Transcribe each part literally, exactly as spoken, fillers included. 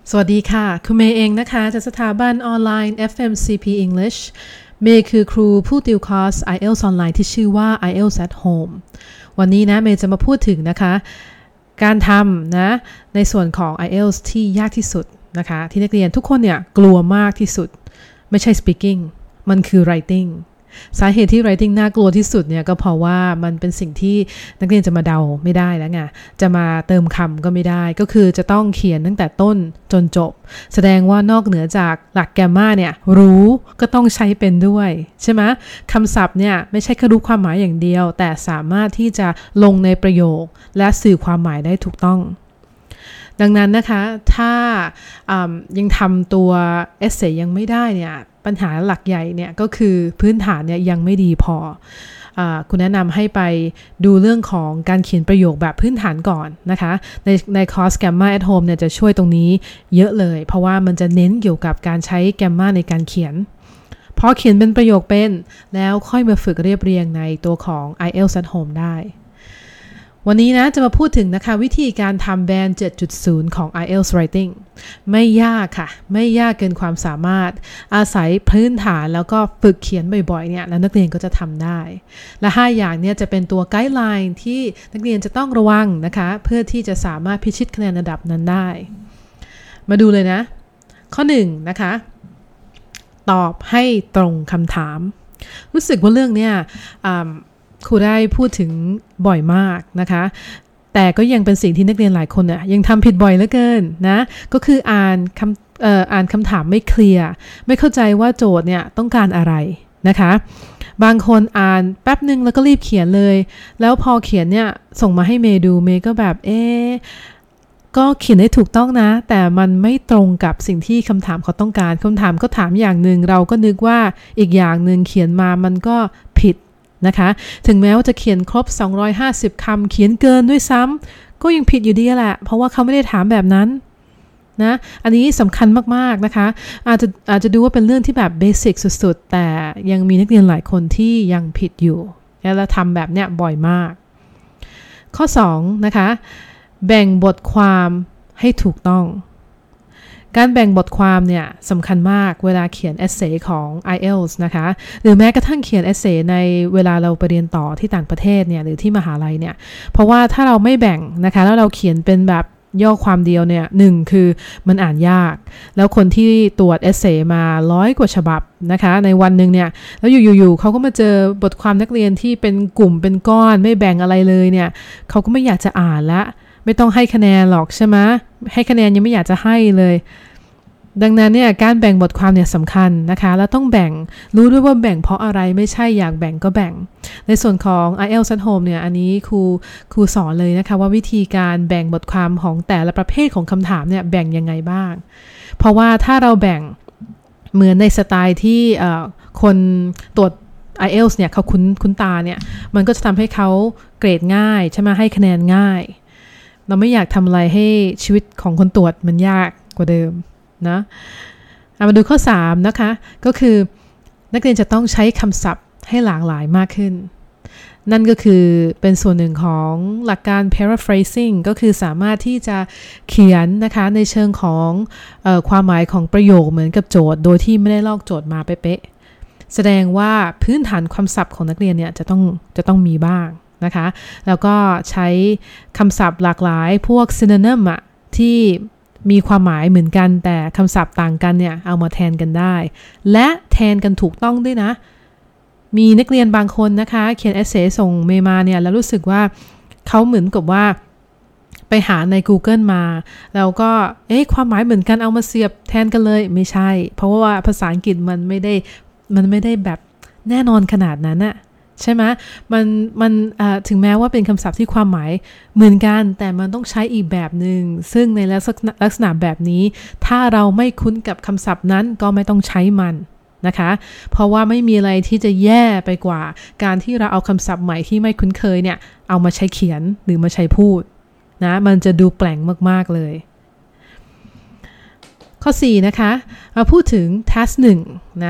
สวัสดีค่ะคุณเมย์เองนะคะจากสถาบันออนไลน์ เอฟ เอ็ม ซี พี English เมย์คือครูผู้ติวคอร์ส ไอ เอล ที เอส ออนไลน์ที่ชื่อว่า ไอ เอล ที เอส at Home วันนี้นะเมย์จะมาพูดถึงนะคะการทำนะในส่วนของ ไอ เอล ที เอส ที่ยากที่สุดนะคะที่นักเรียนทุกคนเนี่ยกลัวมากที่สุดไม่ใช่ speaking มันคือ writing สาเหตุที่ writing น่ากลัวที่สุดเนี่ยก็เพราะว่ามันเป็นสิ่งที่นักเรียนจะมาเดาไม่ได้แล้วไงจะมาเติมคำก็ไม่ได้ก็คือจะต้องเขียนตั้งแต่ต้นจนจบแสดงว่านอกเหนือจากหลักแกรมมาเนี่ยรู้ก็ต้องใช้เป็นด้วยใช่ไหมคำศัพท์เนี่ยไม่ใช่แค่รู้ความหมายอย่างเดียวแต่สามารถที่จะลงในประโยคและสื่อความหมายได้ถูกต้องดังนั้นนะคะถ้ายังทำตัว essay ยังไม่ได้เนี่ยปัญหาหลักใหญ่เนี่ยก็คือพื้นฐานเนี่ยยังไม่ดีพออ่าคุณแนะนำให้ไปดูเรื่องของการเขียนประโยคแบบพื้นฐานก่อนนะคะในในคอร์ส Grammar at Home เนี่ยจะช่วยตรงนี้เยอะเลยเพราะว่ามันจะเน้นเกี่ยวกับการใช้ Grammar ในการเขียนพอเขียนเป็นประโยคเป็นแล้วค่อยมาฝึกเรียบเรียงในตัวของ ไอ เอล ที เอส at Home ได้วันนี้นะจะมาพูดถึงนะคะวิธีการทำแบน เจ็ดจุดศูนย์ ของ ไอ เอล ที เอส Writing ไม่ยากค่ะไม่ยากเกินความสามารถอาศัยพื้นฐานแล้วก็ฝึกเขียนบ่อยๆเนี่ยแล้วนักเรียนก็จะทำได้และห้าอย่างเนี่ยจะเป็นตัวไกด์ไลน์ที่นักเรียนจะต้องระวังนะคะเพื่อที่จะสามารถพิชิตคะแนนระดับนั้นได้มาดูเลยนะข้อหนึ่งนะคะตอบให้ตรงคำถามรู้สึกว่าเรื่องเนี้ยครูได้พูดถึงบ่อยมากนะคะแต่ก็ยังเป็นสิ่งที่นักเรียนหลายคนน่ะยังทำผิดบ่อยเหลือเกินนะก็คืออ่านคำเอ่ออ่านคำถามไม่เคลียร์ไม่เข้าใจว่าโจทย์เนี่ยต้องการอะไรนะคะบางคนอ่านแป๊บนึงแล้วก็รีบเขียนเลยแล้วพอเขียนเนี่ยส่งมาให้เมย์ดูเมย์ก็แบบเอ๊ะก็เขียนได้ถูกต้องนะแต่มันไม่ตรงกับสิ่งที่คำถามเขาต้องการคำถามก็ถามอย่างนึงเราก็นึกว่าอีกอย่างนึงเขียนมามันก็ผิดนะคะถึงแม้ว่าจะเขียนครบสองร้อยห้าสิบคำเขียนเกินด้วยซ้ำก็ยังผิดอยู่ดีแหละเพราะว่าเขาไม่ได้ถามแบบนั้นนะอันนี้สำคัญมากๆนะคะอาจจะอาจจะดูว่าเป็นเรื่องที่แบบเบสิกสุดๆแต่ยังมีนักเรียนหลายคนที่ยังผิดอยู่และทำแบบเนี้ยบ่อยมากข้อสองนะคะแบ่งบทความให้ถูกต้องการแบ่งบทความเนี่ยสำคัญมากเวลาเขียนเอเซ่ของ ไอ เอล ที เอส นะคะหรือแม้กระทั่งเขียนเอเซ่ในเวลาเราไปเรียนต่อที่ต่างประเทศเนี่ยหรือที่มหาลัยเนี่ยเพราะว่าถ้าเราไม่แบ่งนะคะแล้วเราเขียนเป็นแบบย่อความเดียวเนี่ยหนึ่งคือมันอ่านยากแล้วคนที่ตรวจเอเซ่มาร้อยกว่าฉบับนะคะในวันหนึ่งเนี่ยแล้วอยู่ๆเขาก็มาเจอบทความนักเรียนที่เป็นกลุ่มเป็นก้อนไม่แบ่งอะไรเลยเนี่ยเขาก็ไม่อยากจะอ่านละไม่ต้องให้คะแนนหรอกใช่ไหมให้คะแนนยังไม่อยากจะให้เลยดังนั้นเนี่ยการแบ่งบทความเนี่ยสำคัญนะคะแล้วต้องแบ่งรู้ด้วยว่าแบ่งเพราะอะไรไม่ใช่อยากแบ่งก็แบ่งในส่วนของ ไอ เอล ที เอส at Home เนี่ยอันนี้ครูครูสอนเลยนะคะว่าวิธีการแบ่งบทความของแต่ละประเภทของคำถามเนี่ยแบ่งยังไงบ้างเพราะว่าถ้าเราแบ่งเหมือนในสไตล์ที่คนตรวจ ไอ เอล ที เอส เนี่ยเขาคุ้นคุ้นตาเนี่ยมันก็จะทำให้เขาเกรดง่ายใช่ไหมให้คะแนนง่ายเราไม่อยากทำอะไรให้ชีวิตของคนตรวจมันยากกว่าเดิมนะมาดูข้อสามนะคะก็คือนักเรียนจะต้องใช้คำศัพท์ให้หลากหลายมากขึ้นนั่นก็คือเป็นส่วนหนึ่งของหลักการ paraphrasing ก็คือสามารถที่จะเขียนนะคะในเชิงของเอ่อความหมายของประโยคเหมือนกับโจทย์โดยที่ไม่ได้ลอกโจทย์มาเป๊ะๆแสดงว่าพื้นฐานคำศัพท์ของนักเรียนเนี่ยจะต้องจะต้องมีบ้างนะคะแล้วก็ใช้คำศัพท์หลากหลายพวก synonym อะที่มีความหมายเหมือนกันแต่คำศัพท์ต่างกันเนี่ยเอามาแทนกันได้และแทนกันถูกต้องด้วยนะมีนักเรียนบางคนนะคะเขียนเอเซ่ส่งเมมาเนี่ยแล้วรู้สึกว่าเขาเหมือนกับว่าไปหาใน Google มาแล้วก็เอ๊ะความหมายเหมือนกันเอามาเสียบแทนกันเลยไม่ใช่เพราะว่าภาษาอังกฤษมันไม่ได้มันไม่ได้แบบแน่นอนขนาดนั้นอะใช่ไหมมันมันถึงแม้ว่าเป็นคำศัพท์ที่ความหมายเหมือนกันแต่มันต้องใช้อีกแบบหนึ่งซึ่งในลักษณะแบบนี้ถ้าเราไม่คุ้นกับคำศัพท์นั้นก็ไม่ต้องใช้มันนะคะเพราะว่าไม่มีอะไรที่จะแย่ไปกว่าการที่เราเอาคำศัพท์ใหม่ที่ไม่คุ้นเคยเนี่ยเอามาใช้เขียนหรือมาใช้พูดนะมันจะดูแปลงมากๆเลยข้อสี่นะคะมาพูดถึง task หนึ่งนะ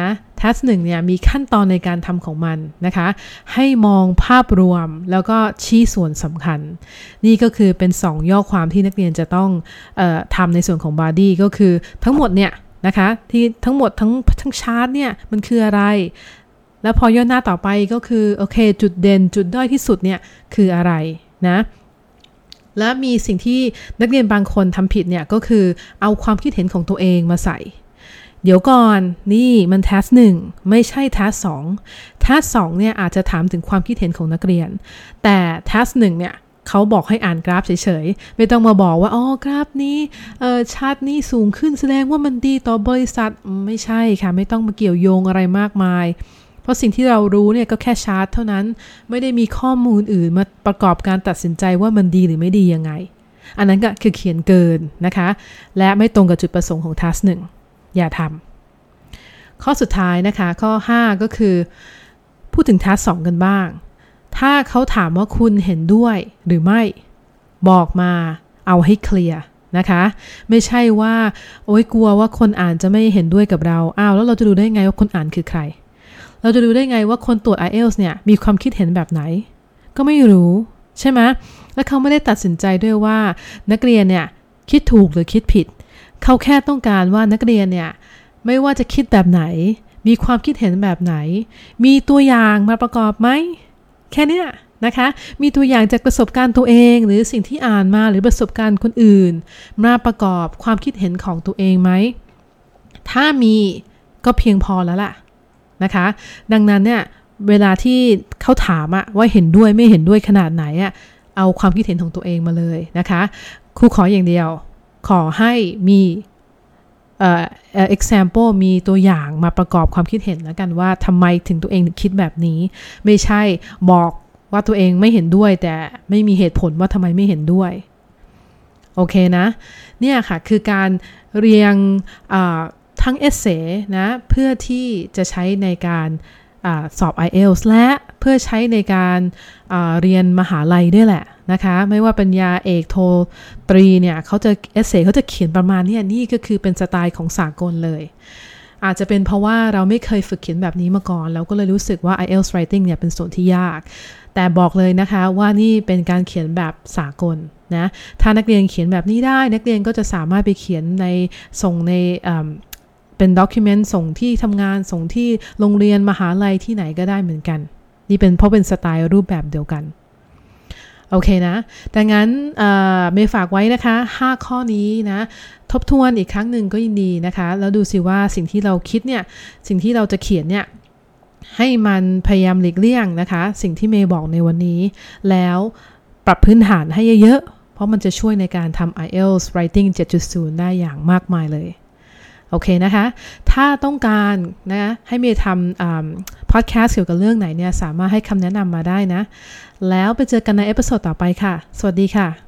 ทัสหนึ่งเนี่ยมีขั้นตอนในการทำของมันนะคะให้มองภาพรวมแล้วก็ชี้ส่วนสำคัญนี่ก็คือเป็นสองย่อความที่นักเรียนจะต้องเอ่อทำในส่วนของ body ก็คือทั้งหมดเนี่ยนะคะที่ทั้งหมดทั้งทั้งชาร์ตเนี่ยมันคืออะไรแล้วพอย่อหน้าต่อไปก็คือโอเคจุดเด่นจุดด้อยที่สุดเนี่ยคืออะไรนะและมีสิ่งที่นักเรียนบางคนทำผิดเนี่ยก็คือเอาความคิดเห็นของตัวเองมาใส่เดี๋ยวก่อนนี่มัน task หนึ่งไม่ใช่ task สอง task สองเนี่ยอาจจะถามถึงความคิดเห็นของนักเรียนแต่ task หนึ่งเนี่ยเขาบอกให้อ่านกราฟเฉยๆไม่ต้องมาบอกว่าอ๋อกราฟนี้เอ่อชาร์ตนี้สูงขึ้นแสดงว่ามันดีต่อบริษัทไม่ใช่ค่ะไม่ต้องมาเกี่ยวโยงอะไรมากมายเพราะสิ่งที่เรารู้เนี่ยก็แค่ชาร์ตเท่านั้นไม่ได้มีข้อมูลอื่นมาประกอบการตัดสินใจว่ามันดีหรือไม่ดียังไงอันนั้นก็คือเขียนเกินนะคะและไม่ตรงกับจุดประสงค์ของ task หนึ่งอย่าทำข้อสุดท้ายนะคะข้อห้าก็คือพูดถึง task สองกันบ้างถ้าเขาถามว่าคุณเห็นด้วยหรือไม่บอกมาเอาให้เคลียร์นะคะไม่ใช่ว่าโอ๊ยกลัวว่าคนอ่านจะไม่เห็นด้วยกับเราอ้าวแล้วเราจะดูได้ไงว่าคนอ่านคือใครเราจะดูได้ไงว่าคนตรวจ ไอ เอล ที เอส เนี่ยมีความคิดเห็นแบบไหนก็ไม่รู้ใช่ไหมและเขาไม่ได้ตัดสินใจด้วยว่านักเรียนเนี่ยคิดถูกหรือคิดผิดเขาแค่ต้องการว่านักเรียนเนี่ยไม่ว่าจะคิดแบบไหนมีความคิดเห็นแบบไหนมีตัวอย่างมาประกอบไหมแค่นี้นะคะมีตัวอย่างจากประสบการณ์ตัวเองหรือสิ่งที่อ่านมาหรือประสบการณ์คนอื่นมาประกอบความคิดเห็นของตัวเองไหมถ้ามีก็เพียงพอแล้วล่ะนะคะดังนั้นเนี่ยเวลาที่เขาถามอะว่าเห็นด้วยไม่เห็นด้วยขนาดไหนอะเอาความคิดเห็นของตัวเองมาเลยนะคะครูขออย่างเดียวขอให้มีเอ่อ example มีตัวอย่างมาประกอบความคิดเห็นแล้วกันว่าทำไมถึงตัวเองคิดแบบนี้ไม่ใช่บอกว่าตัวเองไม่เห็นด้วยแต่ไม่มีเหตุผลว่าทำไมไม่เห็นด้วยโอเคนะเนี่ยค่ะคือการเรียงทั้งเอเซนะเพื่อที่จะใช้ในการอาสอบ ไอ เอล ที เอส และเพื่อใช้ในการเรียนมหาลัยด้วยแหละนะคะไม่ว่าปัญญาเอกโทตรีเนี่ยเขาจะเอเซเขาจะเขียนประมาณนี้นี่ก็คือเป็นสไตล์ของสากลเลยอาจจะเป็นเพราะว่าเราไม่เคยฝึกเขียนแบบนี้มาก่อนเราก็เลยรู้สึกว่า ไอ เอล ที เอส Writing เนี่ยเป็นส่วนที่ยากแต่บอกเลยนะคะว่านี่เป็นการเขียนแบบสากลนะถ้านักเรียนเขียนแบบนี้ได้นักเรียนก็จะสามารถไปเขียนในส่งในเป็นด็อกิเมนต์ส่งที่ทำงานส่งที่โรงเรียนมหาลัยที่ไหนก็ได้เหมือนกันนี่เป็นเพราะเป็นสไตล์รูปแบบเดียวกันโอเคนะดังนั้นเมย์ฝากไว้นะคะห้าข้อนี้นะทบทวนอีกครั้งหนึ่งก็ยินดีนะคะแล้วดูสิว่าสิ่งที่เราคิดเนี่ยสิ่งที่เราจะเขียนเนี่ยให้มันพยายามหลีกเลี่ยงนะคะสิ่งที่เมย์บอกในวันนี้แล้วปรับพื้นฐานให้เยอะๆเพราะมันจะช่วยในการทำ ไอ เอล ที เอส Writing เจ็ดจุดศูนย์ ได้อย่างมากมายเลยโอเคนะคะถ้าต้องการนะให้เมย์ทำพอดแคสต์เกี่ยวกับเรื่องไหนเนี่ยสามารถให้คำแนะนำมาได้นะแล้วไปเจอกันในเอพิโซดต่อไปค่ะสวัสดีค่ะ